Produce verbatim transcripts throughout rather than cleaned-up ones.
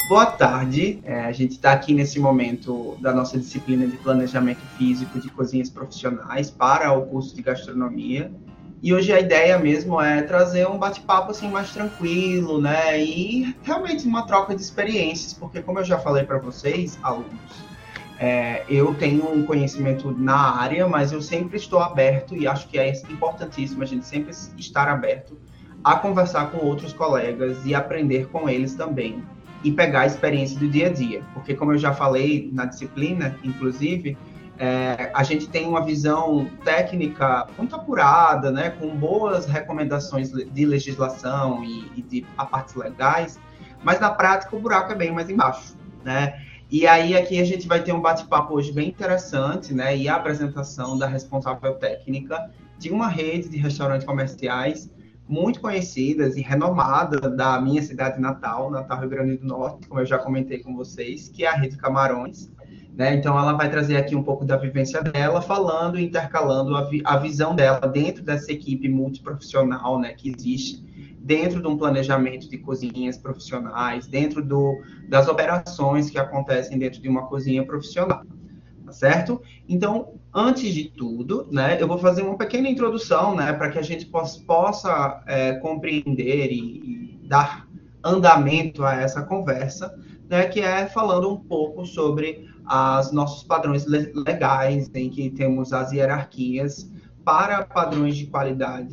Boa tarde, é, a gente está aqui nesse momento da nossa disciplina de planejamento físico de cozinhas profissionais para o curso de gastronomia. E hoje a ideia mesmo é trazer um bate-papo assim mais tranquilo, né? E realmente uma troca de experiências, porque como eu já falei para vocês, alunos, é, eu tenho um conhecimento na área, mas eu sempre estou aberto e acho que é importantíssimo a gente sempre estar aberto a conversar com outros colegas e aprender com eles também e pegar a experiência do dia a dia, porque como eu já falei na disciplina, inclusive, é, a gente tem uma visão técnica muito apurada, né, com boas recomendações de legislação e, e de a partes legais, mas na prática o buraco é bem mais embaixo, né? E aí aqui a gente vai ter um bate-papo hoje bem interessante, né, e a apresentação da responsável técnica de uma rede de restaurantes comerciais muito conhecidas e renomadas da minha cidade natal, Natal, Rio Grande do Norte, como eu já comentei com vocês, que é a Rede Camarões, né? Então, ela vai trazer aqui um pouco da vivência dela, falando e intercalando a, vi a visão dela dentro dessa equipe multiprofissional, né, que existe dentro de um planejamento de cozinhas profissionais, dentro do, das operações que acontecem dentro de uma cozinha profissional. Tá certo? Então, antes de tudo, né, eu vou fazer uma pequena introdução, né, para que a gente possa, possa é, compreender e, e dar andamento a essa conversa, né, que é falando um pouco sobre os nossos padrões legais, em que temos as hierarquias para padrões de qualidade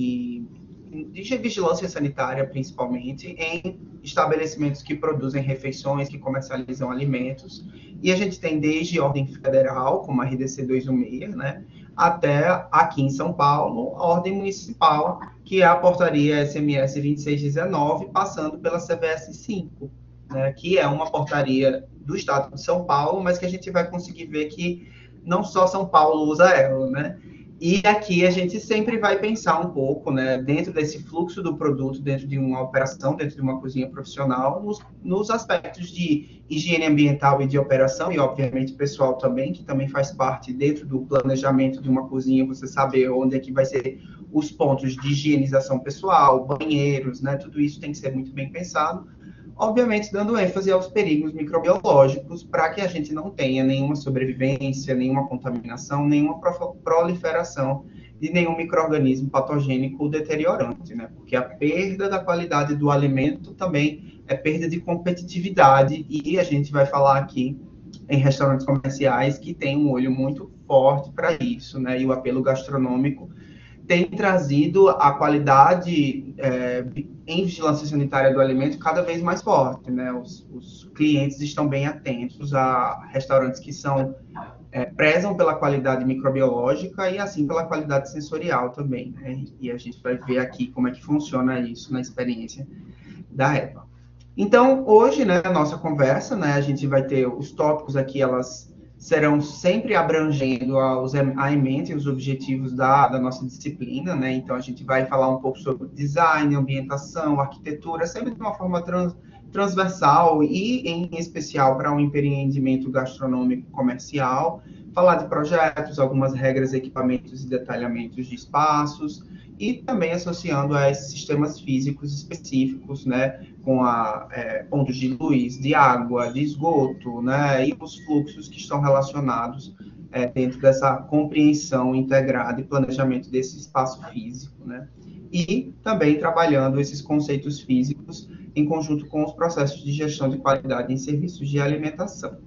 e de vigilância sanitária, principalmente, em estabelecimentos que produzem refeições, que comercializam alimentos. E a gente tem desde ordem federal, como a R D C duzentos e sessenta, né, até aqui em São Paulo, a ordem municipal, que é a portaria S M S vinte e seis dezenove, passando pela C V S cinco, né, que é uma portaria do estado de São Paulo, mas que a gente vai conseguir ver que não só São Paulo usa ela, né? E aqui a gente sempre vai pensar um pouco, né, dentro desse fluxo do produto, dentro de uma operação, dentro de uma cozinha profissional, nos, nos aspectos de higiene ambiental e de operação, e obviamente pessoal também, que também faz parte dentro do planejamento de uma cozinha, você saber onde é que vai ser os pontos de higienização pessoal, banheiros, né, tudo isso tem que ser muito bem pensado. Obviamente, dando ênfase aos perigos microbiológicos para que a gente não tenha nenhuma sobrevivência, nenhuma contaminação, nenhuma proliferação de nenhum micro-organismo patogênico deteriorante, né? Porque a perda da qualidade do alimento também é perda de competitividade e a gente vai falar aqui em restaurantes comerciais que tem um olho muito forte para isso, né? E o apelo gastronômico tem trazido a qualidade é, em vigilância sanitária do alimento cada vez mais forte, né? Os, os clientes estão bem atentos a restaurantes que são é, prezam pela qualidade microbiológica e assim pela qualidade sensorial também, né? E a gente vai ver aqui como é que funciona isso na experiência da Eva. Então, hoje, né, a nossa conversa, né, a gente vai ter os tópicos aqui, elas serão sempre abrangendo aos, a mente os objetivos da, da nossa disciplina, né? Então, a gente vai falar um pouco sobre design, ambientação, arquitetura, sempre de uma forma trans, transversal e, em especial, para um empreendimento gastronômico comercial, falar de projetos, algumas regras, equipamentos e detalhamentos de espaços, e também associando a esses sistemas físicos específicos, né, com a, é, pontos de luz, de água, de esgoto, né, e os fluxos que estão relacionados é, dentro dessa compreensão integrada e planejamento desse espaço físico, né, e também trabalhando esses conceitos físicos em conjunto com os processos de gestão de qualidade em serviços de alimentação.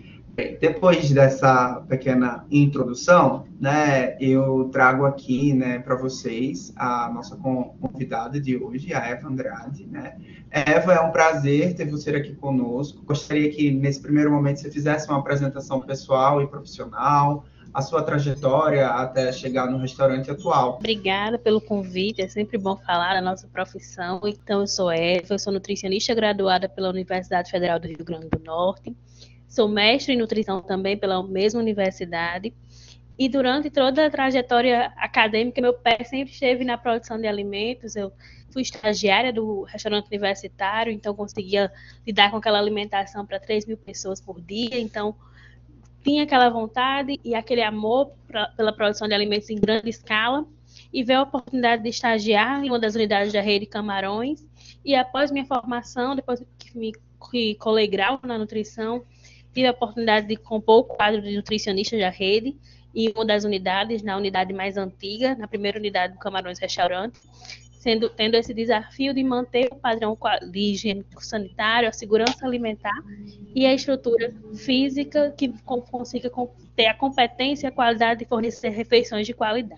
Depois dessa pequena introdução, né, eu trago aqui, né, para vocês a nossa convidada de hoje, a Eva Andrade, né. Eva, é um prazer ter você aqui conosco. Gostaria que, nesse primeiro momento, você fizesse uma apresentação pessoal e profissional, a sua trajetória até chegar no restaurante atual. Obrigada pelo convite, é sempre bom falar da nossa profissão. Então, eu sou Eva, eu sou nutricionista graduada pela Universidade Federal do Rio Grande do Norte. Sou mestre em nutrição também pela mesma universidade. E durante toda a trajetória acadêmica, meu pé sempre esteve na produção de alimentos. Eu fui estagiária do restaurante universitário, então conseguia lidar com aquela alimentação para três mil pessoas por dia. Então, tinha aquela vontade e aquele amor pra, pela produção de alimentos em grande escala. E veio a oportunidade de estagiar em uma das unidades da Rede Camarões. E após minha formação, depois que me que colei grau na nutrição, tive a oportunidade de compor o quadro de nutricionista da rede em uma das unidades, na unidade mais antiga, na primeira unidade do Camarões Restaurante, sendo, tendo esse desafio de manter o padrão de higiene sanitário, a segurança alimentar e a estrutura física que consiga ter a competência e a qualidade de fornecer refeições de qualidade.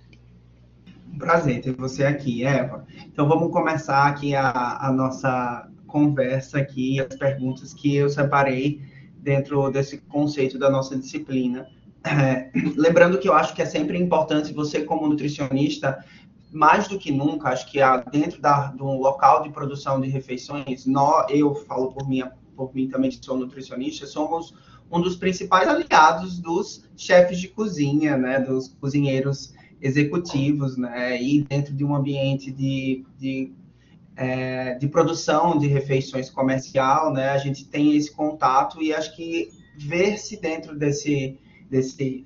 Um prazer ter você aqui, Eva. Então vamos começar aqui a, a nossa conversa aqui, as perguntas que eu separei dentro desse conceito da nossa disciplina. É, lembrando que eu acho que é sempre importante você, como nutricionista, mais do que nunca, acho que dentro da, de um local de produção de refeições, nós, eu falo por mim, por mim também que sou nutricionista, somos um dos principais aliados dos chefes de cozinha, né, dos cozinheiros executivos, né, e dentro de um ambiente de, de, é, de produção de refeições comercial, né, a gente tem esse contato e acho que ver-se dentro desse, desse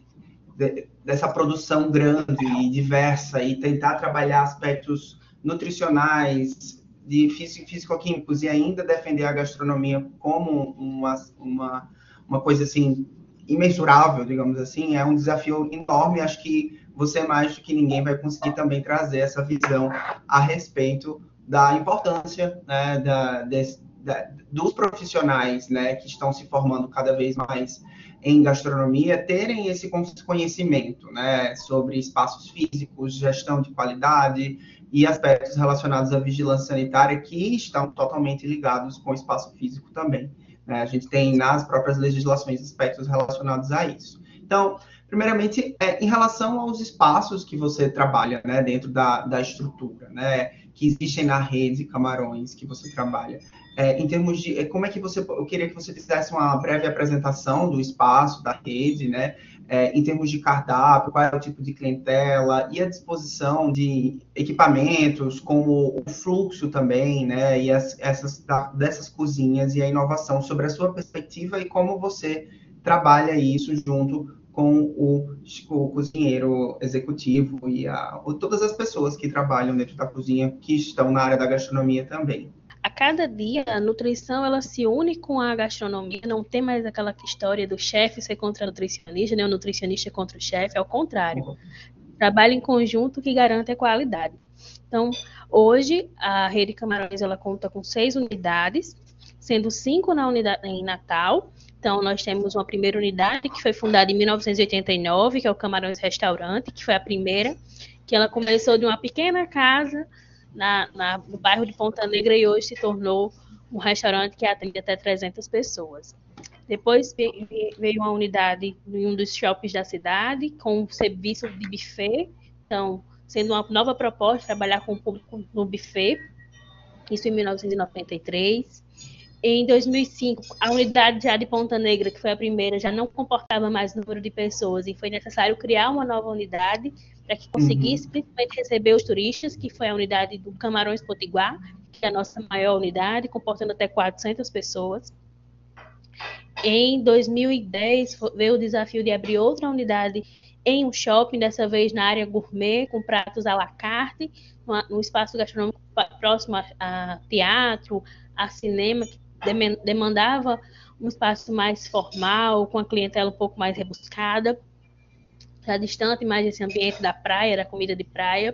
dessa produção grande e diversa e tentar trabalhar aspectos nutricionais, de físico-químicos e ainda defender a gastronomia como uma, uma, uma coisa assim imensurável, digamos assim, é um desafio enorme. Acho que você, mais do que ninguém, vai conseguir também trazer essa visão a respeito da importância, né, da, des, da, dos profissionais, né, que estão se formando cada vez mais em gastronomia, terem esse conhecimento, né, sobre espaços físicos, gestão de qualidade e aspectos relacionados à vigilância sanitária que estão totalmente ligados com o espaço físico também, né? A gente tem nas próprias legislações aspectos relacionados a isso. Então, primeiramente, é, em relação aos espaços que você trabalha, né, dentro da, da estrutura, né, que existem na rede Camarões que você trabalha, é, em termos de como é que você, eu queria que você fizesse uma breve apresentação do espaço, da rede, né, é, em termos de cardápio, qual é o tipo de clientela e a disposição de equipamentos, como o fluxo também, né, e as, essas, dessas cozinhas e a inovação sobre a sua perspectiva e como você trabalha isso junto com o, o cozinheiro executivo e a, todas as pessoas que trabalham dentro da cozinha, que estão na área da gastronomia também. A cada dia, a nutrição ela se une com a gastronomia, não tem mais aquela história do chefe ser contra o nutricionista, nem o nutricionista contra o chefe, ao contrário. Uhum. Trabalho em conjunto que garante a qualidade. Então, hoje, a Rede Camarões ela conta com seis unidades, sendo cinco na unidade, em Natal. Então, nós temos uma primeira unidade que foi fundada em mil novecentos e oitenta e nove, que é o Camarões Restaurante, que foi a primeira, que ela começou de uma pequena casa na, na, no bairro de Ponta Negra e hoje se tornou um restaurante que atende até trezentas pessoas. Depois veio uma unidade em um dos shoppings da cidade, com um serviço de buffet, então, sendo uma nova proposta, trabalhar com o público no buffet, isso em mil novecentos e noventa e três. Em dois mil e cinco, a unidade já de Ponta Negra, que foi a primeira, já não comportava mais número de pessoas e foi necessário criar uma nova unidade para que conseguisse uhum. principalmente receber os turistas, que foi a unidade do Camarões Potiguar, que é a nossa maior unidade, comportando até quatrocentas pessoas. Em dois mil e dez, veio o desafio de abrir outra unidade em um shopping, dessa vez na área gourmet, com pratos à la carte, no espaço gastronômico próximo a, a teatro, a cinema, que demandava um espaço mais formal, com a clientela um pouco mais rebuscada, já distante mais desse ambiente da praia, da comida de praia.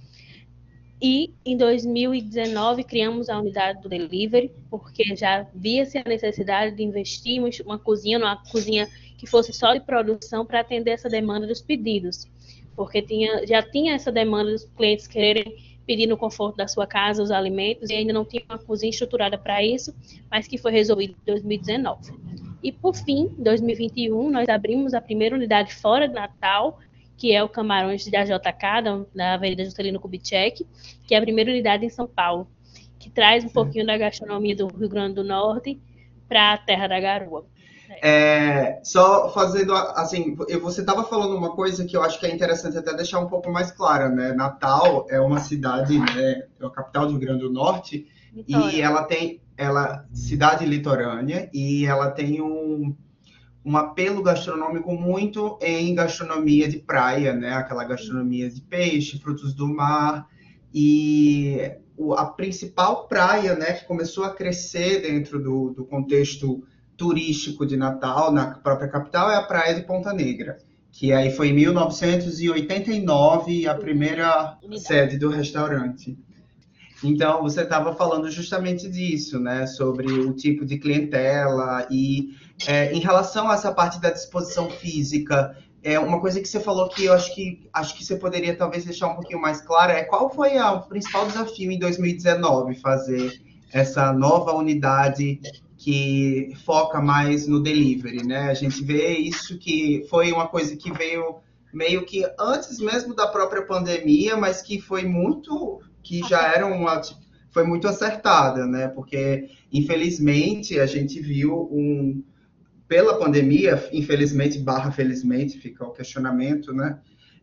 E em dois mil e dezenove criamos a unidade do delivery, porque já via-se a necessidade de investirmos uma cozinha, numa cozinha que fosse só de produção para atender essa demanda dos pedidos, porque tinha, já tinha essa demanda dos clientes quererem pedir no conforto da sua casa os alimentos e ainda não tinha uma cozinha estruturada para isso, mas que foi resolvido em dois mil e dezenove. E por fim, em dois mil e vinte e um, nós abrimos a primeira unidade fora de Natal, que é o Camarões da J K, da, da Avenida Juscelino Kubitschek, que é a primeira unidade em São Paulo, que traz um pouquinho da gastronomia do Rio Grande do Norte para a terra da garoa. É, só fazendo, assim, você estava falando uma coisa que eu acho que é interessante até deixar um pouco mais clara, né? Natal é uma cidade, né, é a capital do Rio Grande do Norte, Vitória. E ela tem, ela, cidade litorânea, e ela tem um, um apelo gastronômico muito em gastronomia de praia, né? Aquela gastronomia de peixe, frutos do mar, e o, a principal praia, né, que começou a crescer dentro do, do contexto turístico de Natal, na própria capital, é a praia de Ponta Negra, que aí foi em mil novecentos e oitenta e nove a primeira sede do restaurante. Então, você estava falando justamente disso, né, sobre o tipo de clientela e é, em relação a essa parte da disposição física, é uma coisa que você falou que eu acho que acho que você poderia talvez deixar um pouquinho mais clara é qual foi a, o principal desafio em dois mil e dezenove fazer essa nova unidade que foca mais no delivery, né? A gente vê isso que foi uma coisa que veio meio que antes mesmo da própria pandemia, mas que foi muito, que já era uma, foi muito acertada, né? Porque, infelizmente, a gente viu um, pela pandemia, infelizmente, barra felizmente, fica o questionamento, né?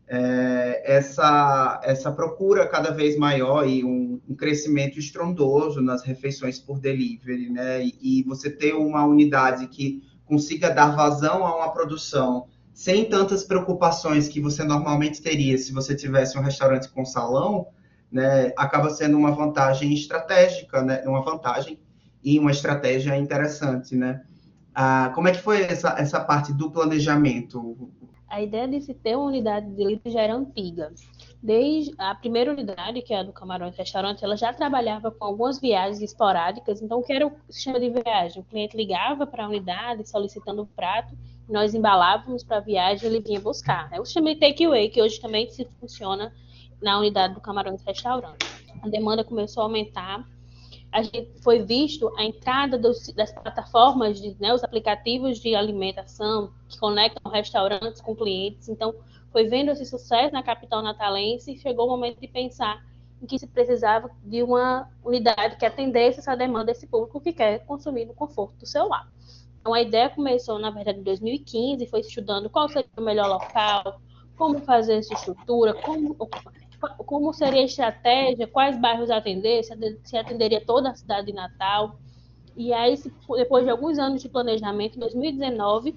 É, essa, essa procura cada vez maior e um, um crescimento estrondoso nas refeições por delivery, né? E, e você ter uma unidade que consiga dar vazão a uma produção sem tantas preocupações que você normalmente teria se você tivesse um restaurante com salão, né? Acaba sendo uma vantagem estratégica, né? Uma vantagem e uma estratégia interessante, né? Ah, como é que foi essa, essa parte do planejamento? A ideia de se ter uma unidade de delivery já era antiga. Desde a primeira unidade, que é a do Camarões Restaurante, ela já trabalhava com algumas viagens esporádicas. Então, o que era o sistema de viagem? O cliente ligava para a unidade solicitando o prato, nós embalávamos para a viagem e ele vinha buscar. É o sistema de takeaway, que hoje também se funciona na unidade do Camarões Restaurante. A demanda começou a aumentar. A gente foi visto a entrada dos, das plataformas, de, né, os aplicativos de alimentação que conectam restaurantes com clientes. Então, foi vendo esse sucesso na capital natalense e chegou o momento de pensar em que se precisava de uma unidade que atendesse essa demanda desse público que quer consumir no conforto do seu lar. Então, a ideia começou, na verdade, em dois mil e quinze, foi estudando qual seria o melhor local, como fazer essa estrutura, como... como seria a estratégia, quais bairros atender, se atenderia toda a cidade de Natal. E aí, depois de alguns anos de planejamento, em dois mil e dezenove,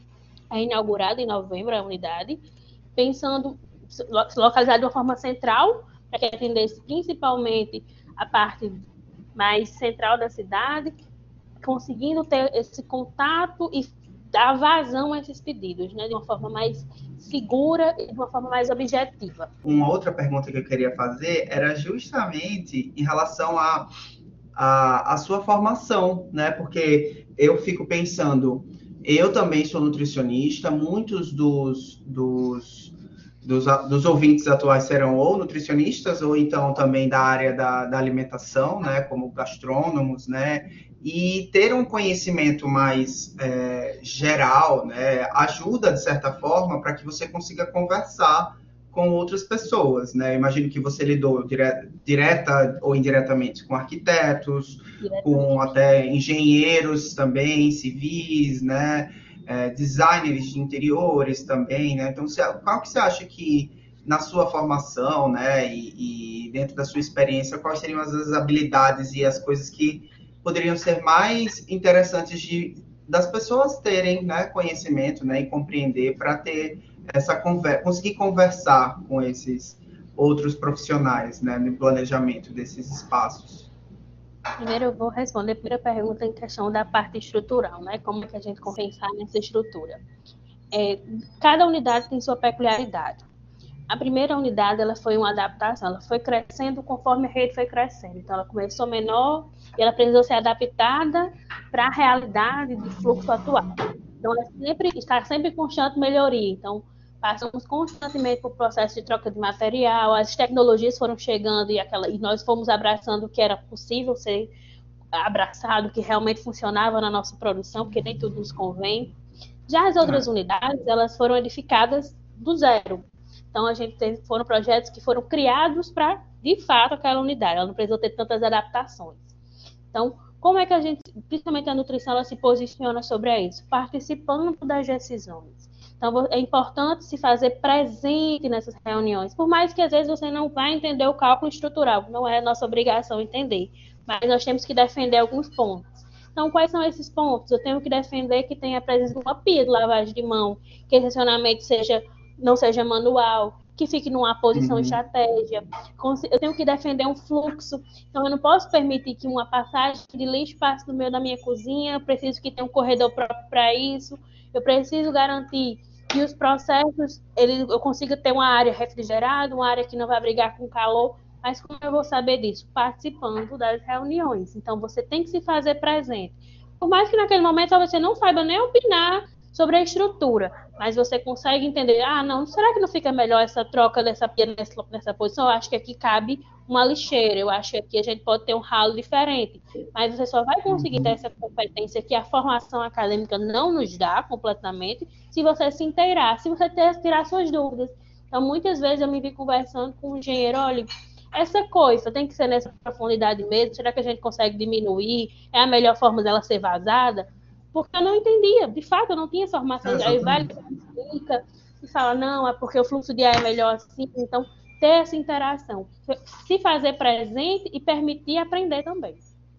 é inaugurada em novembro a unidade, pensando localizada de uma forma central, para que atendesse principalmente a parte mais central da cidade, conseguindo ter esse contato e dar vazão a esses pedidos, né, de uma forma mais segura e de uma forma mais objetiva. Uma outra pergunta que eu queria fazer era justamente em relação à a, a, a sua formação, né? Porque eu fico pensando, eu também sou nutricionista, muitos dos, dos, dos, dos ouvintes atuais serão ou nutricionistas ou então também da área da, da alimentação, né? Como gastrônomos, né? E ter um conhecimento mais é, geral, né, ajuda, de certa forma, para que você consiga conversar com outras pessoas, né? Imagino que você lidou dire- direta ou indiretamente com arquitetos, com até engenheiros também, civis, né? É, designers de interiores também, né? Então, você, qual que você acha que, na sua formação, né, e, e dentro da sua experiência, quais seriam as, as habilidades e as coisas que poderiam ser mais interessantes de, das pessoas terem, né, conhecimento, né, e compreender para ter essa conversa, conseguir conversar com esses outros profissionais, né, no planejamento desses espaços? Primeiro eu vou responder a primeira pergunta em questão da parte estrutural, né, como é que a gente consegue pensar nessa estrutura. É, cada unidade tem sua peculiaridade. A primeira unidade, ela foi uma adaptação, ela foi crescendo conforme a rede foi crescendo. Então, ela começou menor e ela precisou ser adaptada para a realidade do fluxo atual. Então, ela sempre, está sempre em constante melhoria. Então, passamos constantemente por processo de troca de material, as tecnologias foram chegando e, aquela, e nós fomos abraçando o que era possível ser abraçado, que realmente funcionava na nossa produção, porque nem tudo nos convém. Já as outras unidades, elas foram edificadas do zero. Então, a gente teve, foram projetos que foram criados para, de fato, aquela unidade. Ela não precisou ter tantas adaptações. Então, como é que a gente, principalmente a nutrição, ela se posiciona sobre isso? Participando das decisões. Então, é importante se fazer presente nessas reuniões. Por mais que, às vezes, você não vá entender o cálculo estrutural. Não é nossa obrigação entender. Mas nós temos que defender alguns pontos. Então, quais são esses pontos? Eu tenho que defender que tenha a presença de uma pia de lavagem de mão, que esse acionamento seja... não seja manual, que fique numa posição Uhum. estratégia. Eu tenho que defender um fluxo. Então, eu não posso permitir que uma passagem de lixo passe no meio da minha cozinha. Eu preciso que tenha um corredor próprio para isso. Eu preciso garantir que os processos, ele, eu consiga ter uma área refrigerada, uma área que não vai brigar com calor. Mas como eu vou saber disso? Participando das reuniões. Então, você tem que se fazer presente. Por mais que naquele momento você não saiba nem opinar sobre a estrutura, mas você consegue entender, ah, não, será que não fica melhor essa troca dessa pia nessa, nessa posição? Eu acho que aqui cabe uma lixeira, eu acho que aqui a gente pode ter um ralo diferente, mas você só vai conseguir ter essa competência que a formação acadêmica não nos dá completamente, se você se inteirar, se você ter, tirar suas dúvidas. Então, muitas vezes eu me vi conversando com um engenheiro, olha, essa coisa tem que ser nessa profundidade mesmo? Será que a gente consegue diminuir? É a melhor forma dela ser vazada? Porque eu não entendia, de fato, eu não tinha formação. É, Aí vai, explica e fala, não, é porque o fluxo de ar é melhor assim. Então, ter essa interação, se fazer presente e permitir aprender também.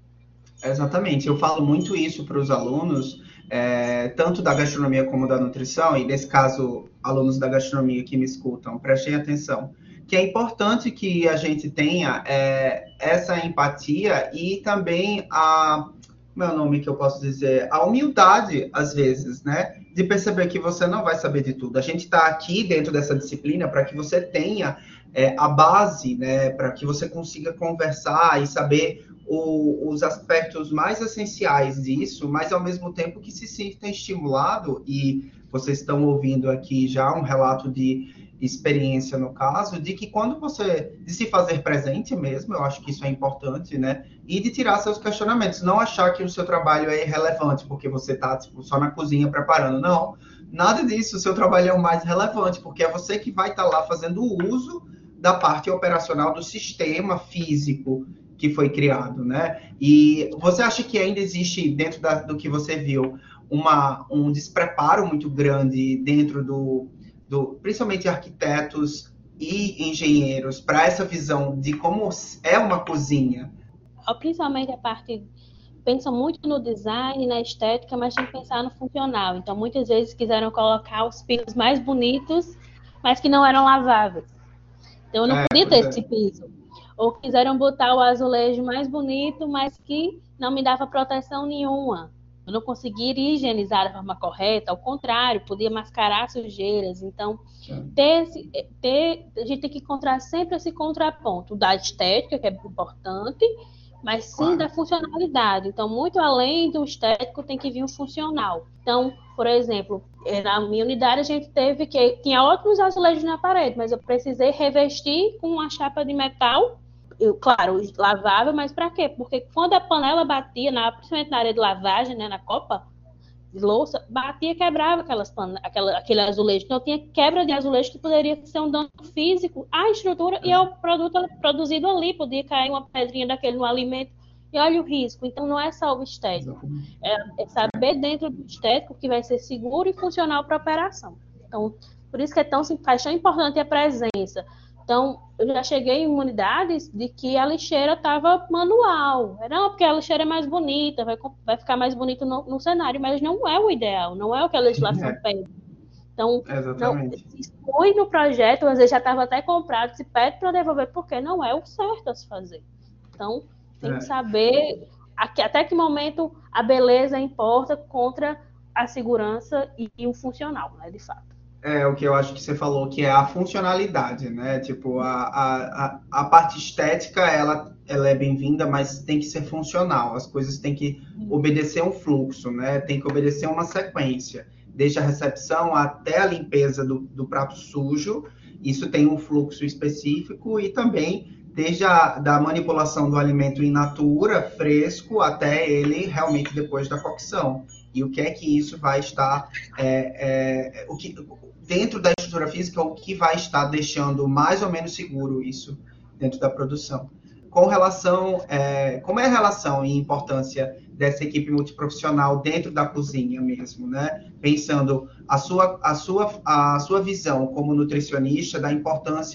Exatamente, eu falo muito isso para os alunos, é, tanto da gastronomia como da nutrição, e nesse caso, alunos da gastronomia que me escutam, prestem atenção, que é importante que a gente tenha é, essa empatia e também a, como é o nome que eu posso dizer, a humildade, às vezes, né, de perceber que você não vai saber de tudo. A gente está aqui dentro dessa disciplina para que você tenha é, a base, né, para que você consiga conversar e saber o, os aspectos mais essenciais disso, mas ao mesmo tempo que se sinta estimulado, e vocês estão ouvindo aqui já um relato de experiência no caso, de que quando você, de se fazer presente mesmo, eu acho que isso é importante, né, e de tirar seus questionamentos, não achar que o seu trabalho é irrelevante, porque você está tipo, só na cozinha preparando, não, nada disso, o seu trabalho é o mais relevante, porque é você que vai estar lá fazendo o uso da parte operacional do sistema físico que foi criado, né? E você acha que ainda existe, dentro da, do que você viu, uma, um despreparo muito grande dentro do, do principalmente arquitetos e engenheiros, para essa visão de como é uma cozinha? Principalmente a parte, pensam muito no design, na estética, mas tem que pensar no funcional. Então, muitas vezes quiseram colocar os pisos mais bonitos, mas que não eram laváveis. Então, eu não É, podia ter é. esse piso. Ou quiseram botar o azulejo mais bonito, mas que não me dava proteção nenhuma. Eu não conseguiria higienizar da forma correta, ao contrário, podia mascarar sujeiras. Então, ter esse, ter, a gente tem que encontrar sempre esse contraponto da estética, que é importante, mas sim claro, da funcionalidade. Então, muito além do estético, tem que vir um funcional. Então, por exemplo, na minha unidade a gente teve que... Tinha ótimos azulejos na parede, mas eu precisei revestir com uma chapa de metal, eu, claro, lavável, mas para quê? Porque quando a panela batia, na, principalmente na área de lavagem, né, na copa de louça, batia e quebrava aquelas pan... aquela, aquele azulejo. Então, tinha quebra de azulejo que poderia ser um dano físico à estrutura e ao produto produzido ali. Podia cair uma pedrinha daquele no alimento. E olha o risco. Então, não é só o estético. É, é saber dentro do estético que vai ser seguro e funcional para a operação. Então, por isso que é tão, faz tão importante a presença. Então, eu já cheguei em unidades de que a lixeira estava manual. Não, porque a lixeira é mais bonita, vai, vai ficar mais bonito no, no cenário, mas não é o ideal, não é o que a legislação é. pede. Então, Exatamente. Não, se foi no projeto, às vezes já estava até comprado, se pede para devolver, porque não é o certo a se fazer. Então, tem é. que saber até que momento a beleza importa contra a segurança e, e o funcional, né, de fato. É o que eu acho que você falou, que é a funcionalidade, né? Tipo, a, a, a parte estética, ela, ela é bem-vinda, mas tem que ser funcional. As coisas têm que obedecer um fluxo, né? Tem que obedecer uma sequência. Desde a recepção até a limpeza do, do prato sujo, isso tem um fluxo específico, e também desde a da manipulação do alimento in natura, fresco, até ele realmente depois da cocção. E o que é que isso vai estar... É, é, o que, dentro da estrutura física, o que vai estar deixando mais ou menos seguro isso dentro da produção. Com relação... É, como é a relação e importância dessa equipe multiprofissional dentro da cozinha mesmo, né? Pensando a sua, a sua, a sua visão como nutricionista da importância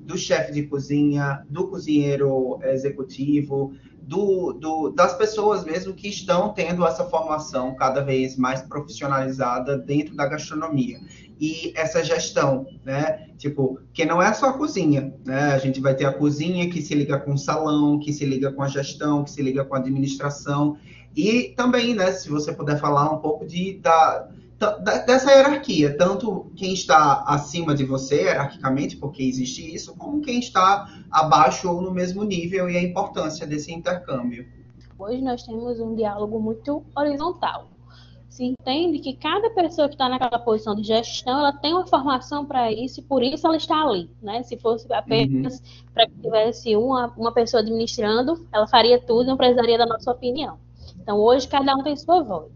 do chefe de cozinha, do cozinheiro executivo, do, do, das pessoas mesmo que estão tendo essa formação cada vez mais profissionalizada dentro da gastronomia. E essa gestão, né? Tipo, que não é só a cozinha, né? A gente vai ter a cozinha que se liga com o salão, que se liga com a gestão, que se liga com a administração. E também, né, se você puder falar um pouco de, da, da, dessa hierarquia, tanto quem está acima de você, hierarquicamente, porque existe isso, como quem está abaixo ou no mesmo nível e a importância desse intercâmbio. Hoje nós temos um diálogo muito horizontal. Se entende que cada pessoa que está naquela posição de gestão, ela tem uma formação para isso e por isso ela está ali, né? Se fosse apenas uhum. para que tivesse uma, uma pessoa administrando, ela faria tudo e não precisaria da nossa opinião. Então, hoje, cada um tem sua voz.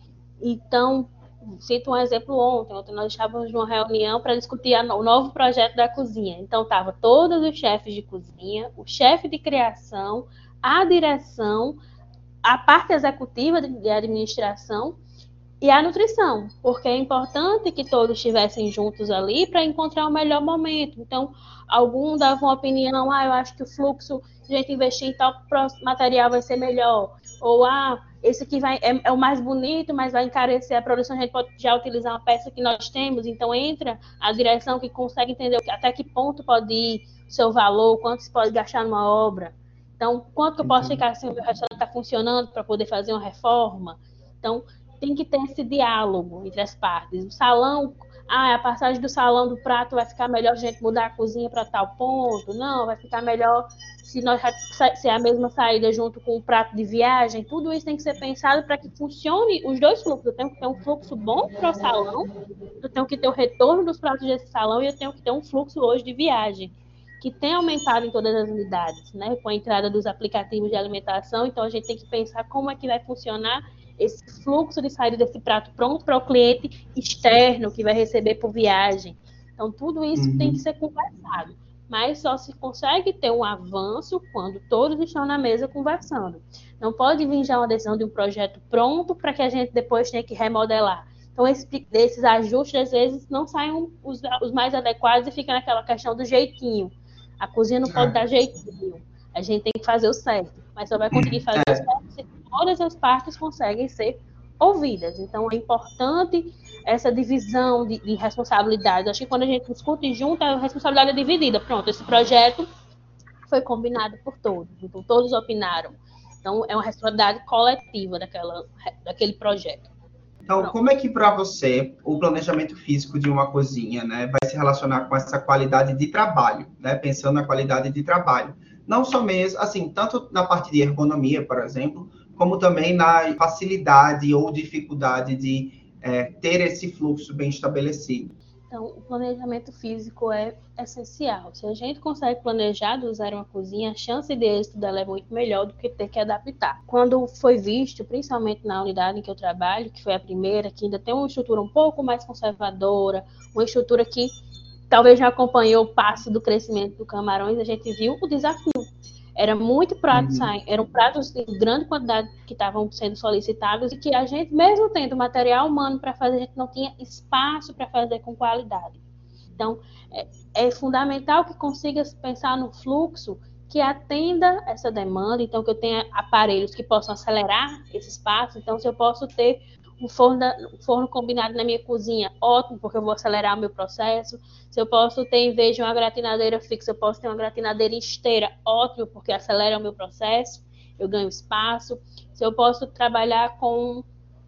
Então, cito um exemplo ontem. Ontem nós estávamos numa reunião para discutir o novo projeto da cozinha. Então, estavam todos os chefes de cozinha, o chefe de criação, a direção, a parte executiva de administração e a nutrição, porque é importante que todos estivessem juntos ali para encontrar o melhor momento. Então, algum dava uma opinião, ah, eu acho que o fluxo de a gente investir em tal material vai ser melhor, ou ah, esse aqui vai, é, é o mais bonito, mas vai encarecer a produção, a gente pode já utilizar uma peça que nós temos. Então, entra a direção que consegue entender até que ponto pode ir o seu valor, quanto se pode gastar numa obra. Então, quanto que eu posso ficar assim, o meu restaurante está funcionando para poder fazer uma reforma. Então, tem que ter esse diálogo entre as partes. O salão, ah, a passagem do salão do prato vai ficar melhor se a gente mudar a cozinha para tal ponto. Não, vai ficar melhor se nós se é a mesma saída junto com o prato de viagem. Tudo isso tem que ser pensado para que funcione os dois fluxos. Eu tenho que ter um fluxo bom para o salão, eu tenho que ter o retorno dos pratos desse salão e eu tenho que ter um fluxo hoje de viagem, que tem aumentado em todas as unidades, né? Com a entrada dos aplicativos de alimentação. Então, a gente tem que pensar como é que vai funcionar esse fluxo de saída desse prato pronto para o cliente externo que vai receber por viagem. Então, tudo isso uhum. tem que ser conversado. Mas só se consegue ter um avanço quando todos estão na mesa conversando. Não pode vir já uma decisão de um projeto pronto para que a gente depois tenha que remodelar. Então, esse, esses ajustes, às vezes, não saem os, os mais adequados e fica naquela questão do jeitinho. A cozinha não pode dar jeitinho. A gente tem que fazer o certo. Mas só vai conseguir fazer o certo se todas as partes conseguem ser ouvidas. Então, é importante essa divisão de, de responsabilidades. Acho que quando a gente discute junto, a responsabilidade é dividida. Pronto, esse projeto foi combinado por todos. Então, todos opinaram. Então, é uma responsabilidade coletiva daquela, daquele projeto. Então, Pronto. Como é que, para você, o planejamento físico de uma cozinha, né, vai se relacionar com essa qualidade de trabalho, né, pensando na qualidade de trabalho? Não só mesmo, assim, tanto na parte de ergonomia, por exemplo, como também na facilidade ou dificuldade de é, ter esse fluxo bem estabelecido. Então, o planejamento físico é essencial. Se a gente consegue planejar do zero uma cozinha, a chance de êxito dela é muito melhor do que ter que adaptar. Quando foi visto, principalmente na unidade em que eu trabalho, que foi a primeira, que ainda tem uma estrutura um pouco mais conservadora, uma estrutura que talvez já acompanhou o passo do crescimento do Camarões, a gente viu o desafio. Era muito prato, uhum. eram pratos em grande quantidade que estavam sendo solicitados e que a gente, mesmo tendo material humano para fazer, a gente não tinha espaço para fazer com qualidade. Então, é, é fundamental que consiga pensar no fluxo que atenda essa demanda, então que eu tenha aparelhos que possam acelerar esse espaço. Então, se eu posso ter um forno, da, um forno combinado na minha cozinha, ótimo, porque eu vou acelerar o meu processo. Se eu posso ter, em vez de uma gratinadeira fixa, eu posso ter uma gratinadeira em esteira, ótimo, porque acelera o meu processo, eu ganho espaço. Se eu posso trabalhar com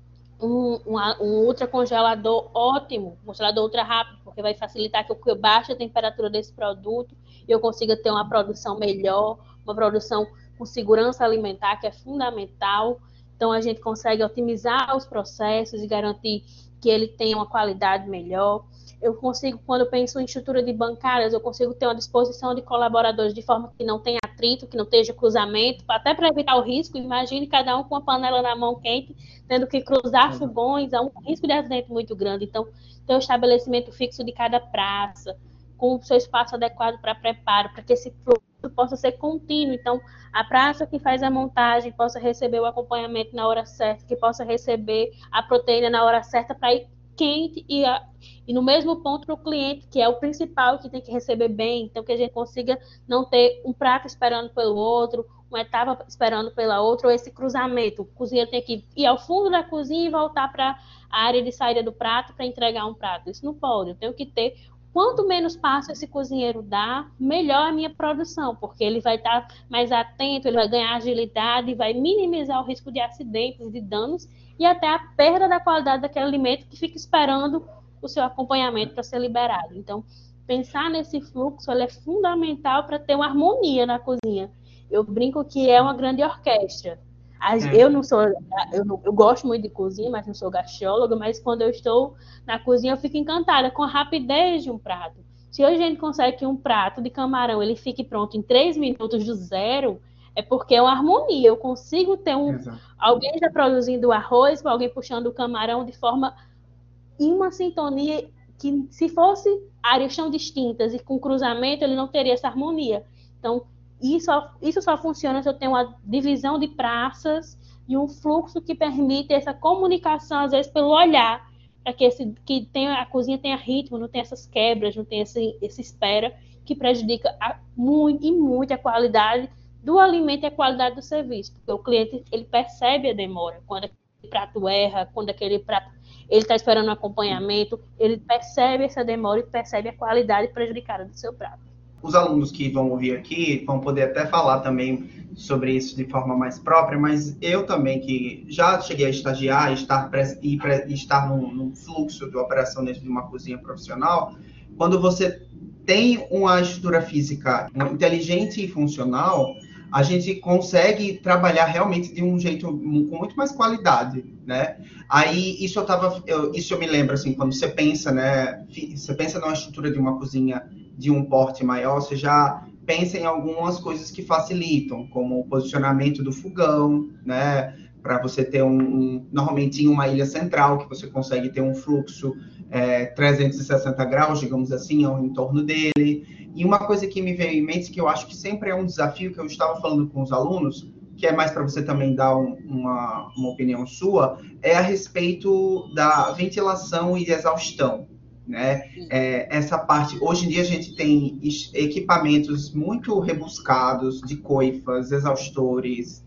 um, um, um ultracongelador, ótimo, um congelador ultra rápido, porque vai facilitar que eu baixe a temperatura desse produto e eu consiga ter uma produção melhor, uma produção com segurança alimentar, que é fundamental. Então, a gente consegue otimizar os processos e garantir que ele tenha uma qualidade melhor. Eu consigo, quando eu penso em estrutura de bancárias, eu consigo ter uma disposição de colaboradores de forma que não tenha atrito, que não esteja cruzamento, até para evitar o risco. Imagine cada um com uma panela na mão quente, tendo que cruzar fogões, há um risco de acidente muito grande. Então, ter um estabelecimento fixo de cada praça, com o seu espaço adequado para preparo, para que esse fluxo possa ser contínuo. Então, a praça que faz a montagem possa receber o acompanhamento na hora certa, que possa receber a proteína na hora certa para ir quente e, a, e no mesmo ponto para o cliente, que é o principal, que tem que receber bem. Então, que a gente consiga não ter um prato esperando pelo outro, uma etapa esperando pela outra, ou esse cruzamento. O cozinheiro tem que ir ao fundo da cozinha e voltar para a área de saída do prato para entregar um prato. Isso não pode. Eu tenho que ter... Quanto menos passo esse cozinheiro dá, melhor a minha produção, porque ele vai estar mais atento, ele vai ganhar agilidade, vai minimizar o risco de acidentes, de danos e até a perda da qualidade daquele alimento que fica esperando o seu acompanhamento para ser liberado. Então, pensar nesse fluxo ele é fundamental para ter uma harmonia na cozinha. Eu brinco que é uma grande orquestra. Eu não sou, eu, não, eu gosto muito de cozinha, mas não sou gastróloga, mas quando eu estou na cozinha eu fico encantada com a rapidez de um prato. Se hoje a gente consegue que um prato de camarão ele fique pronto em três minutos do zero, é porque é uma harmonia. Eu consigo ter um, alguém já produzindo o arroz, alguém puxando o camarão de forma em uma sintonia que, se fosse áreas tão distintas e com cruzamento, ele não teria essa harmonia. Então, Isso, isso só funciona se eu tenho uma divisão de praças e um fluxo que permite essa comunicação, às vezes, pelo olhar, para que, esse, que tenha, a cozinha tenha ritmo, não tenha essas quebras, não tenha esse, esse espera, que prejudica a, muito e muito a qualidade do alimento e a qualidade do serviço. Porque o cliente ele percebe a demora, quando aquele prato erra, quando aquele prato ele está esperando um acompanhamento, ele percebe essa demora e percebe a qualidade prejudicada do seu prato. Os alunos que vão ouvir aqui vão poder até falar também sobre isso de forma mais própria, mas eu também, que já cheguei a estagiar estar, e estar num, num fluxo de operação dentro de uma cozinha profissional, quando você tem uma estrutura física inteligente e funcional, a gente consegue trabalhar realmente de um jeito com muito mais qualidade, né? Aí, isso eu tava, eu, isso eu me lembro, assim, quando você pensa, né, você pensa numa estrutura de uma cozinha de um porte maior, você já pensa em algumas coisas que facilitam, como o posicionamento do fogão, né, para você ter um, um, normalmente em uma ilha central, que você consegue ter um fluxo é, trezentos e sessenta graus, digamos assim, ao entorno dele. E uma coisa que me veio em mente, que eu acho que sempre é um desafio, que eu estava falando com os alunos, que é mais para você também dar um, uma, uma opinião sua, é a respeito da ventilação e exaustão, né? É, essa parte, hoje em dia a gente tem equipamentos muito rebuscados de coifas, exaustores,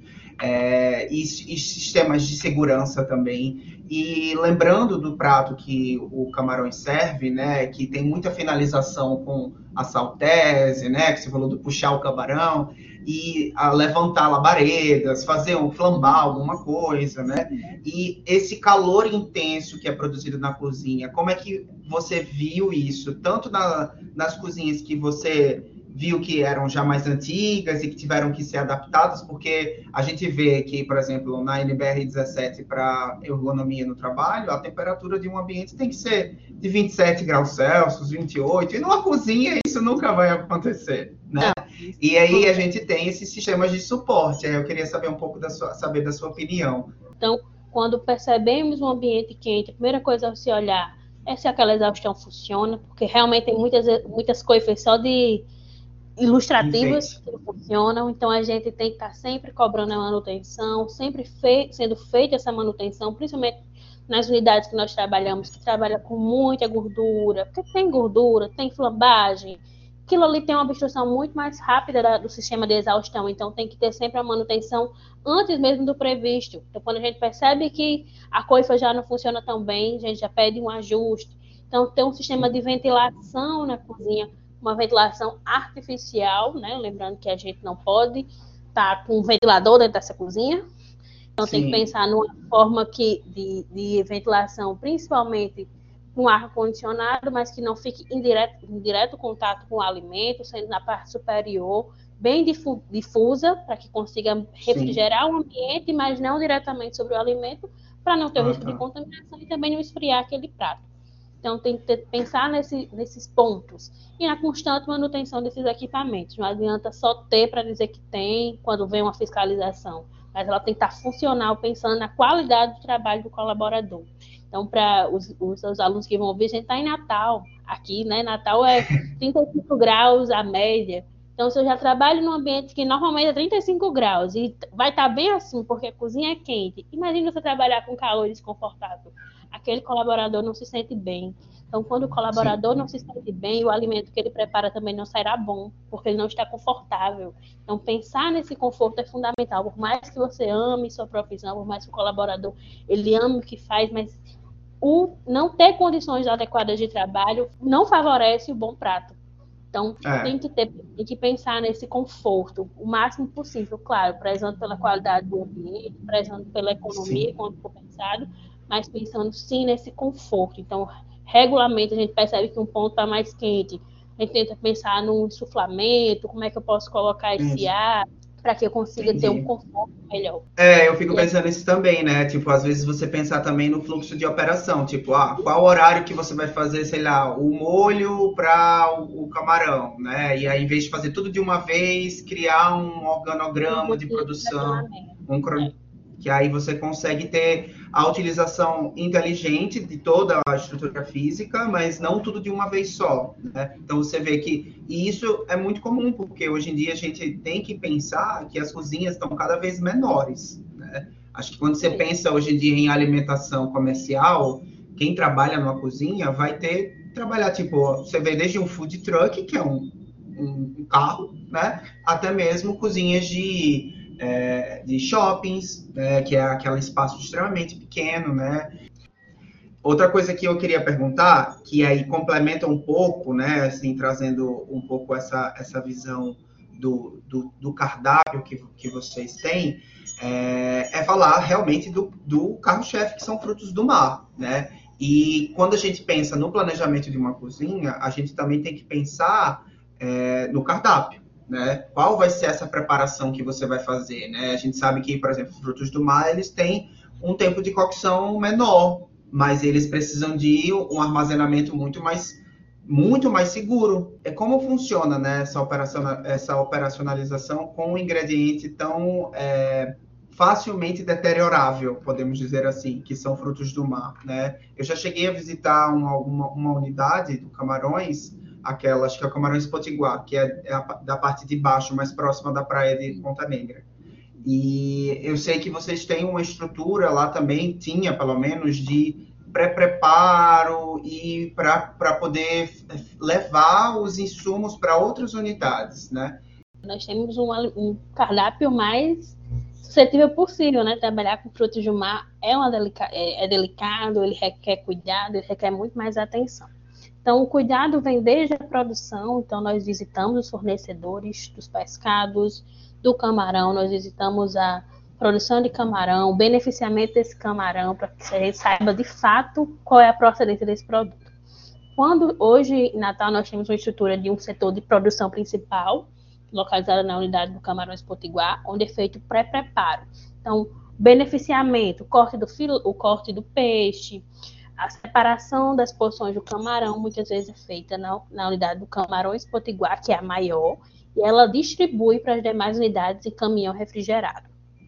é, e, e sistemas de segurança também. E lembrando do prato que o Camarões serve, né, que tem muita finalização com a saltese, né, que você falou do puxar o camarão, e a levantar labaredas, fazer um flambar, alguma coisa, né? E esse calor intenso que é produzido na cozinha, como é que você viu isso? Tanto na, nas cozinhas que você viu que eram já mais antigas e que tiveram que ser adaptadas, porque a gente vê que, por exemplo, na N B R dezessete para ergonomia no trabalho, a temperatura de um ambiente tem que ser de vinte e sete graus Celsius, vinte e oito, e numa cozinha isso nunca vai acontecer, né? E aí a gente tem esses sistemas de suporte. Aí eu queria saber um pouco da sua, saber da sua opinião. Então, quando percebemos um ambiente quente, a primeira coisa a se olhar é se aquela exaustão funciona, porque realmente tem muitas, muitas coisas só de ilustrativas que funcionam, então a gente tem que estar sempre cobrando a manutenção, sempre fe sendo feita essa manutenção, principalmente nas unidades que nós trabalhamos, que trabalha com muita gordura, porque tem gordura, tem flambagem, aquilo ali tem uma obstrução muito mais rápida da, do sistema de exaustão, então tem que ter sempre a manutenção antes mesmo do previsto. Então, quando a gente percebe que a coifa já não funciona tão bem, a gente já pede um ajuste. Então, ter um sistema de ventilação na cozinha, uma ventilação artificial, né? Lembrando que a gente não pode estar com um ventilador dentro dessa cozinha. Então, Sim. tem que pensar numa forma que, de, de ventilação, principalmente com ar-condicionado, mas que não fique em direto, em direto contato com o alimento, sendo na parte superior, bem difu difusa, para que consiga refrigerar Sim. o ambiente, mas não diretamente sobre o alimento, para não ter o ah, risco tá. de contaminação e também não esfriar aquele prato. Então, tem que ter, pensar nesse, nesses pontos. E na constante manutenção desses equipamentos. Não adianta só ter para dizer que tem, quando vem uma fiscalização. Mas ela tem que estar funcional, pensando na qualidade do trabalho do colaborador. Então, para os, os, os alunos que vão ouvir, a gente está em Natal. Aqui, né? Natal é trinta e cinco graus a média. Então, se eu já trabalho num ambiente que normalmente é trinta e cinco graus e vai estar bem assim, porque a cozinha é quente. Imagina você trabalhar com calor desconfortável. aquele colaborador não se sente bem. Então, quando o colaborador Sim. não se sente bem, o alimento que ele prepara também não sairá bom, porque ele não está confortável. Então, pensar nesse conforto é fundamental. Por mais que você ame sua profissão, por mais que o colaborador ele ame o que faz, mas o não ter condições adequadas de trabalho não favorece o bom prato. Então, é. tem, que ter, tem que pensar nesse conforto o máximo possível, claro, prezando pela qualidade do ambiente, prezando pela economia, sim. quando for pensado, mas pensando sim nesse conforto. Então, regularmente a gente percebe que um ponto está mais quente, a gente tenta pensar num insuflamento, como é que eu posso colocar esse Isso. ar para que eu consiga Entendi. ter um conforto melhor. É, eu fico e pensando nisso é... também, né? Tipo, às vezes você pensar também no fluxo de operação, tipo, ah, qual horário que você vai fazer, sei lá, o molho para o, o camarão, né? E aí, em vez de fazer tudo de uma vez, criar um organograma um de produção, um cron... é. que aí você consegue ter a utilização inteligente de toda a estrutura física, mas não tudo de uma vez só, né? Então você vê que e isso é muito comum, porque hoje em dia a gente tem que pensar que as cozinhas estão cada vez menores, né? Acho que quando você pensa hoje em dia em alimentação comercial, quem trabalha numa cozinha vai ter trabalhar tipo, você vê desde um food truck, que é um, um, um carro, né? Até mesmo cozinhas de É, de shoppings, né, que é aquele espaço extremamente pequeno, né? Outra coisa que eu queria perguntar, que aí complementa um pouco, né, assim, trazendo um pouco essa, essa visão do, do, do cardápio que, que vocês têm, é, é falar realmente do, do carro-chefe, que são frutos do mar, né? E quando a gente pensa no planejamento de uma cozinha, a gente também tem que pensar é, no cardápio. Né? Qual vai ser essa preparação que você vai fazer, né? A gente sabe que, por exemplo, frutos do mar, eles têm um tempo de cocção menor, mas eles precisam de um armazenamento muito mais, muito mais seguro. É como funciona, né, essa, operacion, essa operacionalização com um ingrediente tão é, facilmente deteriorável, podemos dizer assim, que são frutos do mar, né? Eu já cheguei a visitar uma, uma, uma unidade do Camarões, aquela, acho que é o Camarões Potiguar, que é, é a, da parte de baixo, mais próxima da praia de Ponta Negra. E eu sei que vocês têm uma estrutura lá também, tinha pelo menos, de pré-preparo e para poder levar os insumos para outras unidades, né? Nós temos um, um cardápio mais suscetível possível, né? Trabalhar com frutos do mar é, uma delica é, é delicado, ele requer cuidado, ele requer muito mais atenção. Então, o cuidado vem desde a produção, então nós visitamos os fornecedores dos pescados, do camarão, nós visitamos a produção de camarão, o beneficiamento desse camarão, para que a gente saiba de fato qual é a procedência desse produto. Quando hoje, em Natal, nós temos uma estrutura de um setor de produção principal, localizada na unidade do Camarões Potiguar, onde é feito o pré-preparo. Então, beneficiamento, o corte do filo, o corte do peixe, a separação das porções do camarão, muitas vezes é feita na, na unidade do Camarões Potiguar, que é a maior, e ela distribui para as demais unidades em caminhão refrigerado.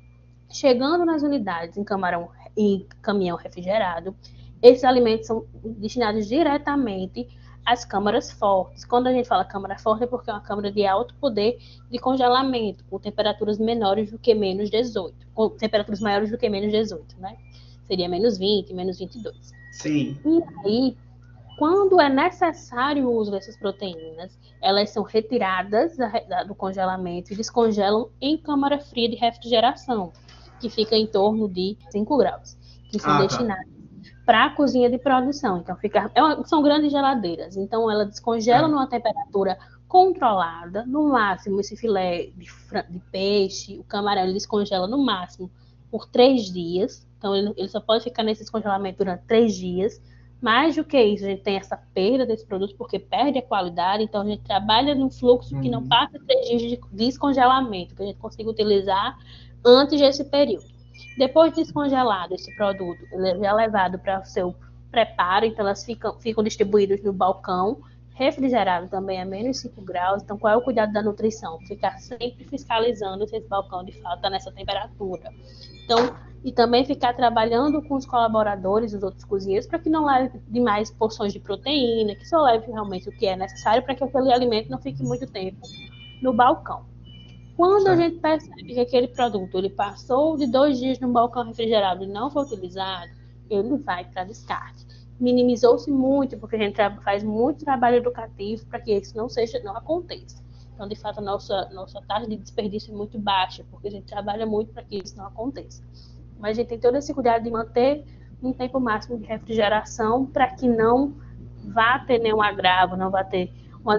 Chegando nas unidades em, camarão, em caminhão refrigerado, esses alimentos são destinados diretamente às câmaras fortes. Quando a gente fala câmara forte, é porque é uma câmara de alto poder de congelamento, com temperaturas menores do que menos dezoito, com temperaturas maiores do que menos dezoito, né? Seria menos vinte, menos vinte e dois. Sim. E aí, quando é necessário o uso dessas proteínas, elas são retiradas da, da, do congelamento e descongelam em câmara fria de refrigeração, que fica em torno de cinco graus, que são ah, destinadas tá. para a cozinha de produção. Então, fica, é uma, são grandes geladeiras. Então, ela descongela é. numa temperatura controlada. No máximo, esse filé de, de peixe, o camarão, ele descongela no máximo por três dias. Então, ele, ele só pode ficar nesse descongelamento durante três dias. Mais do que isso, a gente tem essa perda desse produto, porque perde a qualidade. Então, a gente trabalha num fluxo uhum. que não passa três dias de descongelamento, que a gente consiga utilizar antes desse período. Depois de descongelado esse produto, ele é levado para o seu preparo, então elas ficam, ficam distribuídas no balcão, refrigerado também a menos cinco graus. Então, qual é o cuidado da nutrição? Ficar sempre fiscalizando se esse balcão de fato está nessa temperatura. Então, e também ficar trabalhando com os colaboradores, os outros cozinheiros, para que não leve demais porções de proteína, que só leve realmente o que é necessário para que aquele alimento não fique muito tempo no balcão. Quando a gente percebe que aquele produto ele passou de dois dias no balcão refrigerado e não foi utilizado, ele vai para descarte. Minimizou-se muito, porque a gente faz muito trabalho educativo para que isso não seja, não aconteça. Então, de fato, a nossa, nossa taxa de desperdício é muito baixa, porque a gente trabalha muito para que isso não aconteça. Mas a gente tem todo esse cuidado de manter um tempo máximo de refrigeração para que não vá ter nenhum agravo, não vá ter uma,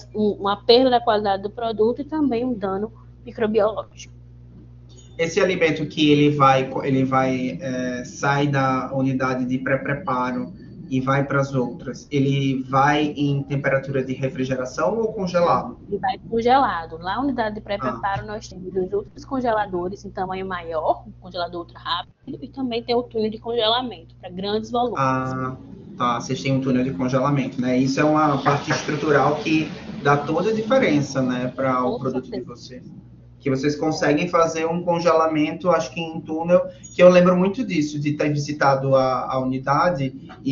uma perda da qualidade do produto e também um dano microbiológico. Esse alimento que ele vai, ele vai é, sai da unidade de pré-preparo e vai para as outras, ele vai em temperatura de refrigeração ou congelado? Ele vai congelado. Lá na unidade de pré-preparo, ah. nós temos os outros congeladores em tamanho maior, um congelador ultra rápido, e também tem o túnel de congelamento para grandes volumes. Ah, tá. Vocês têm um túnel de congelamento, né? Isso é uma parte estrutural que dá toda a diferença, né, para o produto de vocês. Que vocês conseguem fazer um congelamento, acho que em túnel, que eu lembro muito disso, de ter visitado a, a unidade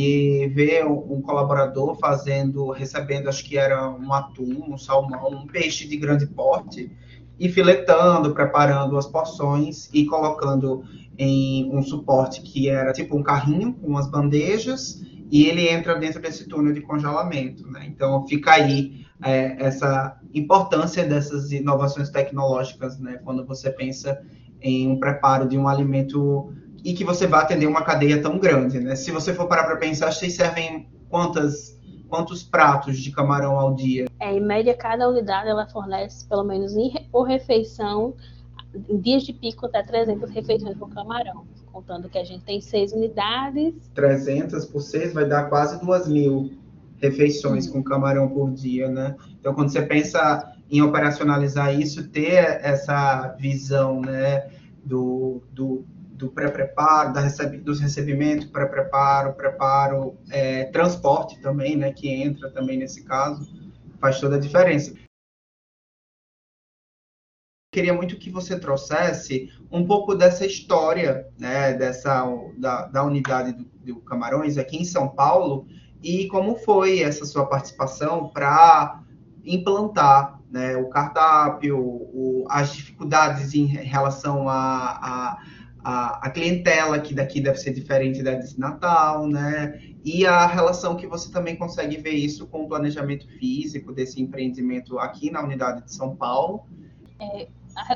e ver um, um colaborador fazendo, recebendo, acho que era um atum, um salmão, um peixe de grande porte, e filetando, preparando as porções e colocando em um suporte que era tipo um carrinho com umas bandejas, e ele entra dentro desse túnel de congelamento, né? Então, fica aí é, essa importância dessas inovações tecnológicas, né? Quando você pensa em um preparo de um alimento e que você vai atender uma cadeia tão grande, né? Se você for parar para pensar, vocês servem quantas, quantos pratos de camarão ao dia? É, em média, cada unidade ela fornece, pelo menos em, por refeição, em dias de pico, até trezentas refeições por camarão. Contando que a gente tem seis unidades. trezentas por seis vai dar quase duas mil refeições, sim, com camarão por dia, né? Então, quando você pensa em operacionalizar isso, ter essa visão, né, do, do, do pré-preparo, da receb, dos recebimentos, pré-preparo, preparo, é, transporte também, né, que entra também nesse caso, faz toda a diferença. Queria muito que você trouxesse um pouco dessa história, né, dessa, da, da unidade do, do Camarões aqui em São Paulo, e como foi essa sua participação para implantar, né, o cardápio, o, as dificuldades em relação à a, a, a clientela, que daqui deve ser diferente da de Natal, né, e a relação que você também consegue ver isso com o planejamento físico desse empreendimento aqui na unidade de São Paulo. É,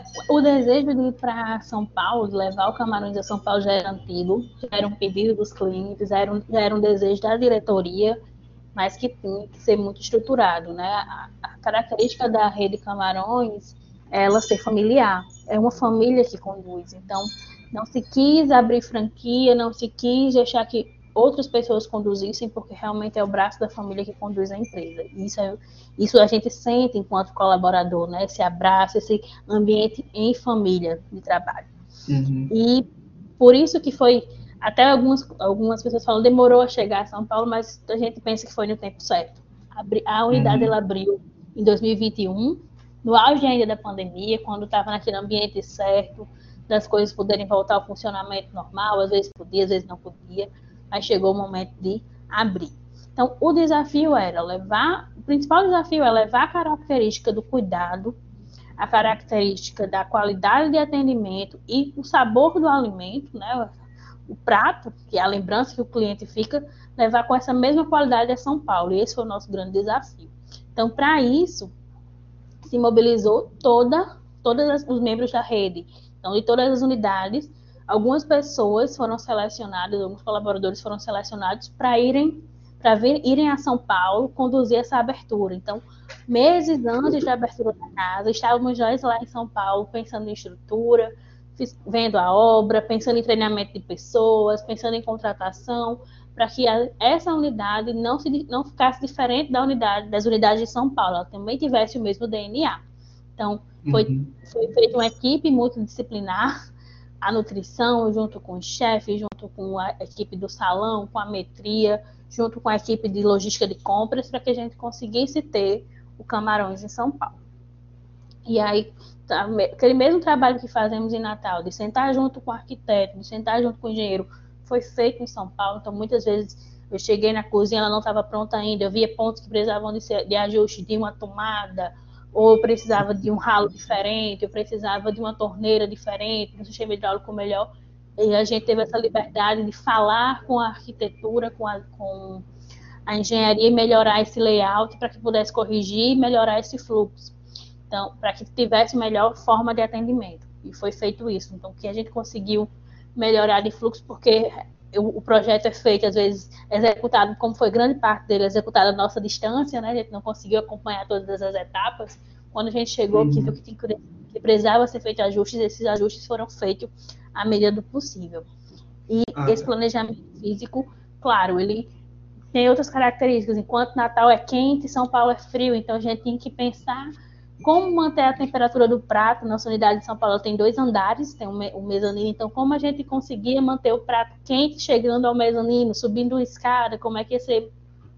o desejo de ir para São Paulo, de levar o Camarões a São Paulo já era antigo, já era um pedido dos clientes, já era um, já era um desejo da diretoria, mas que tinha que ser muito estruturado, né? A, a característica da rede Camarões é ela ser familiar, é uma família que conduz, então não se quis abrir franquia, não se quis deixar que outras pessoas conduzissem, porque realmente é o braço da família que conduz a empresa. Isso, é, isso a gente sente enquanto colaborador, né? Esse abraço, esse ambiente em família de trabalho. Uhum. E por isso que foi, até algumas, algumas pessoas falam, demorou a chegar a São Paulo, mas a gente pensa que foi no tempo certo. A unidade, uhum, ela abriu em dois mil e vinte e um, no auge ainda da pandemia, quando estava naquele ambiente certo, das coisas poderem voltar ao funcionamento normal, às vezes podia, às vezes não podia, mas chegou o momento de abrir. Então, o desafio era levar, o principal desafio é levar a característica do cuidado, a característica da qualidade de atendimento e o sabor do alimento, né, o prato, que é a lembrança que o cliente fica, levar com essa mesma qualidade a São Paulo, e esse foi o nosso grande desafio. Então, para isso, se mobilizou toda, todos os membros da rede, então, de todas as unidades. Algumas pessoas foram selecionadas, alguns colaboradores foram selecionados para irem, para vir, irem a São Paulo conduzir essa abertura. Então, meses antes da abertura da casa, estávamos nós lá em São Paulo pensando em estrutura, vendo a obra, pensando em treinamento de pessoas, pensando em contratação, para que a, essa unidade não, se, não ficasse diferente da unidade, das unidades de São Paulo, ela também tivesse o mesmo D N A. Então, foi, uhum. foi feita uma equipe multidisciplinar, a nutrição, junto com o chefe, junto com a equipe do salão, com a metria, junto com a equipe de logística de compras, para que a gente conseguisse ter o Camarões em São Paulo. E aí, aquele mesmo trabalho que fazemos em Natal, de sentar junto com o arquiteto, de sentar junto com o engenheiro, foi feito em São Paulo. Então, muitas vezes, eu cheguei na cozinha, ela não estava pronta ainda, eu via pontos que precisavam de, ser, de ajuste de uma tomada, ou eu precisava de um ralo diferente, eu precisava de uma torneira diferente, um sistema hidráulico melhor. E a gente teve essa liberdade de falar com a arquitetura, com a, com a engenharia e melhorar esse layout para que pudesse corrigir e melhorar esse fluxo. Então, para que tivesse melhor forma de atendimento. E foi feito isso. Então, que a gente conseguiu melhorar de fluxo, porque o projeto é feito, às vezes, executado, como foi grande parte dele, executado à nossa distância, né? A gente não conseguiu acompanhar todas as etapas. Quando a gente chegou, uhum. que viu que, tinha, que precisava ser feito ajustes, esses ajustes foram feitos à medida do possível. E ah, esse planejamento físico, claro, ele tem outras características. Enquanto Natal é quente, São Paulo é frio, então a gente tem que pensar como manter a temperatura do prato. Nossa unidade de São Paulo tem dois andares, tem o mezanino, então como a gente conseguia manter o prato quente chegando ao mezanino, subindo a escada, como é que ia ser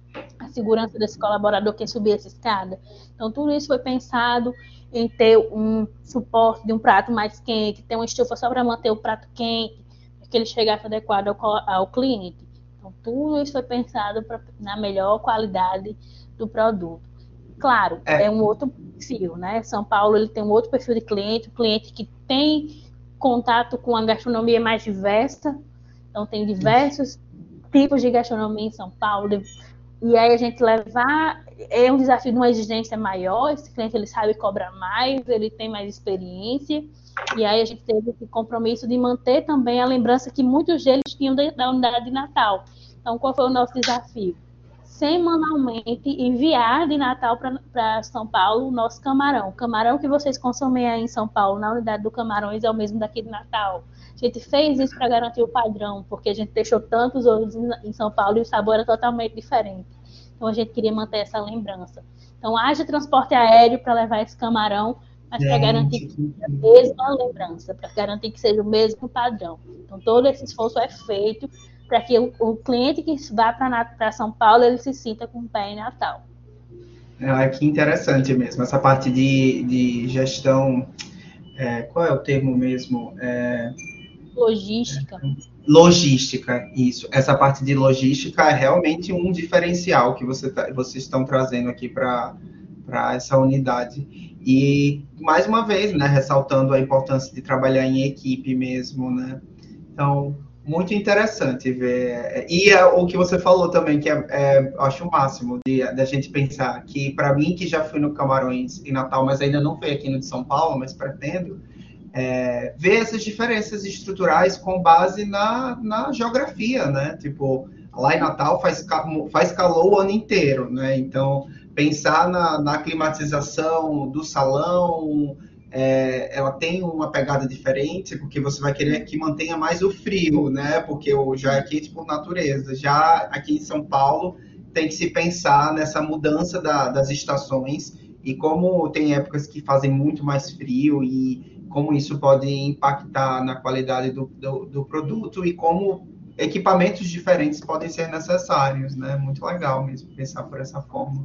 a segurança desse colaborador que subia essa escada. Então tudo isso foi pensado em ter um suporte de um prato mais quente, ter uma estufa só para manter o prato quente, para que ele chegasse adequado ao, ao cliente. Então tudo isso foi pensado pra, na melhor qualidade do produto. Claro, é, é um outro perfil, né? São Paulo ele tem um outro perfil de cliente, um cliente que tem contato com a gastronomia mais diversa, então tem diversos tipos de gastronomia em São Paulo, e aí a gente levar, é um desafio de uma exigência maior, esse cliente ele sabe cobrar mais, ele tem mais experiência, e aí a gente teve esse compromisso de manter também a lembrança que muitos deles tinham da unidade de Natal. Então, qual foi o nosso desafio? Semanalmente enviar de Natal para São Paulo o nosso camarão. O camarão que vocês consomem aí em São Paulo, na unidade do Camarões, é o mesmo daqui de Natal. A gente fez isso para garantir o padrão, porque a gente deixou tantos outros em São Paulo e o sabor era totalmente diferente. Então a gente queria manter essa lembrança. Então haja transporte aéreo para levar esse camarão, mas para garantir que seja a mesma lembrança, para garantir que seja o mesmo padrão. Então todo esse esforço é feito para que o, o cliente que vá para São Paulo, ele se sinta com o pé em Natal. É, que interessante mesmo, essa parte de, de gestão, é, qual é o termo mesmo? É, logística. É, logística, isso. Essa parte de logística é realmente um diferencial que você tá, vocês estão trazendo aqui para essa unidade. E, mais uma vez, né, ressaltando a importância de trabalhar em equipe mesmo, né? Então, muito interessante ver. E é o que você falou também, que é, é, acho o máximo, de, de a gente pensar que, para mim, que já fui no Camarões em Natal, mas ainda não fui aqui no de São Paulo, mas pretendo, é, ver essas diferenças estruturais com base na, na geografia, né? Tipo, lá em Natal faz, faz calor o ano inteiro, né? Então, pensar na, na climatização do salão... É, ela tem uma pegada diferente, porque você vai querer que mantenha mais o frio, né? Porque o, já é quente por natureza. Já aqui em São Paulo, tem que se pensar nessa mudança da, das estações e como tem épocas que fazem muito mais frio e como isso pode impactar na qualidade do, do, do produto e como equipamentos diferentes podem ser necessários, né? Muito legal mesmo pensar por essa forma.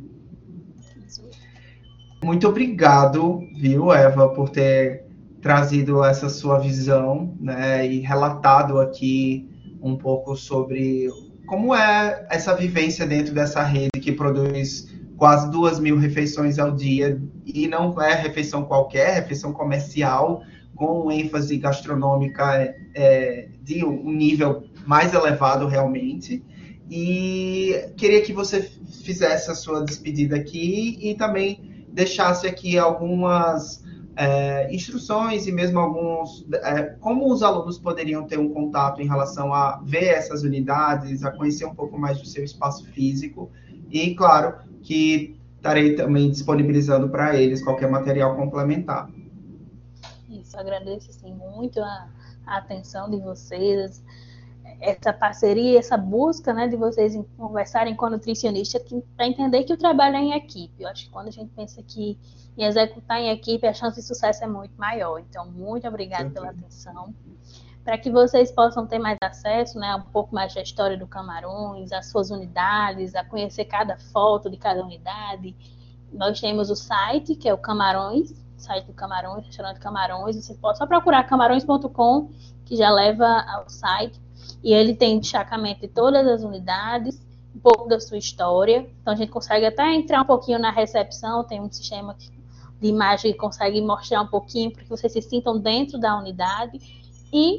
Muito obrigado, viu, Eva, por ter trazido essa sua visão, né, e relatado aqui um pouco sobre como é essa vivência dentro dessa rede que produz quase duas mil refeições ao dia, e não é refeição qualquer, é refeição comercial, com ênfase gastronômica é, de um nível mais elevado realmente. E queria que você fizesse a sua despedida aqui e também deixasse aqui algumas é, instruções e mesmo alguns... É, como os alunos poderiam ter um contato em relação a ver essas unidades, a conhecer um pouco mais do seu espaço físico e, claro, que estarei também disponibilizando para eles qualquer material complementar. Isso, agradeço sim, muito a, a atenção de vocês, essa parceria, essa busca, né, de vocês conversarem com a nutricionista para entender que o trabalho é em equipe. Eu acho que quando a gente pensa que em executar em equipe, a chance de sucesso é muito maior. Então, muito obrigada pela atenção. Para que vocês possam ter mais acesso, né, um pouco mais da história do Camarões, as suas unidades, a conhecer cada foto de cada unidade, nós temos o site, que é o Camarões, site do Camarões, restaurante Camarões. Você pode só procurar camarões ponto com, que já leva ao site. E ele tem destacamento de todas as unidades, um pouco da sua história. Então, a gente consegue até entrar um pouquinho na recepção, tem um sistema de imagem que consegue mostrar um pouquinho para que vocês se sintam dentro da unidade. E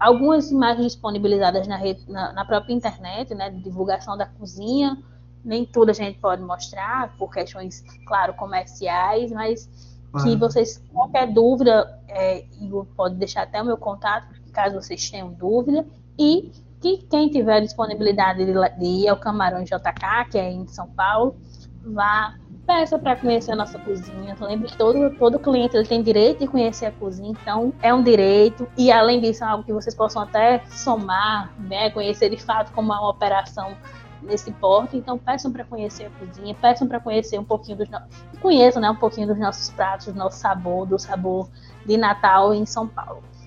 algumas imagens disponibilizadas na, rede, na, na própria internet, né, de divulgação da cozinha. Nem tudo a gente pode mostrar, por questões, claro, comerciais, mas claro. Que vocês, qualquer dúvida, é, Igor pode deixar até o meu contato, caso vocês tenham dúvida, e que quem tiver disponibilidade de, de ir ao Camarões J K, que é em São Paulo, vá, peça para conhecer a nossa cozinha. Lembre que todo, todo cliente ele tem direito de conhecer a cozinha, então é um direito, e além disso é algo que vocês possam até somar, né, conhecer de fato como é uma operação nesse porte. Então peçam para conhecer a cozinha, peçam para conhecer um pouquinho dos nossos, conheçam, né, um pouquinho dos nossos pratos, do nosso sabor, do sabor de Natal em São Paulo.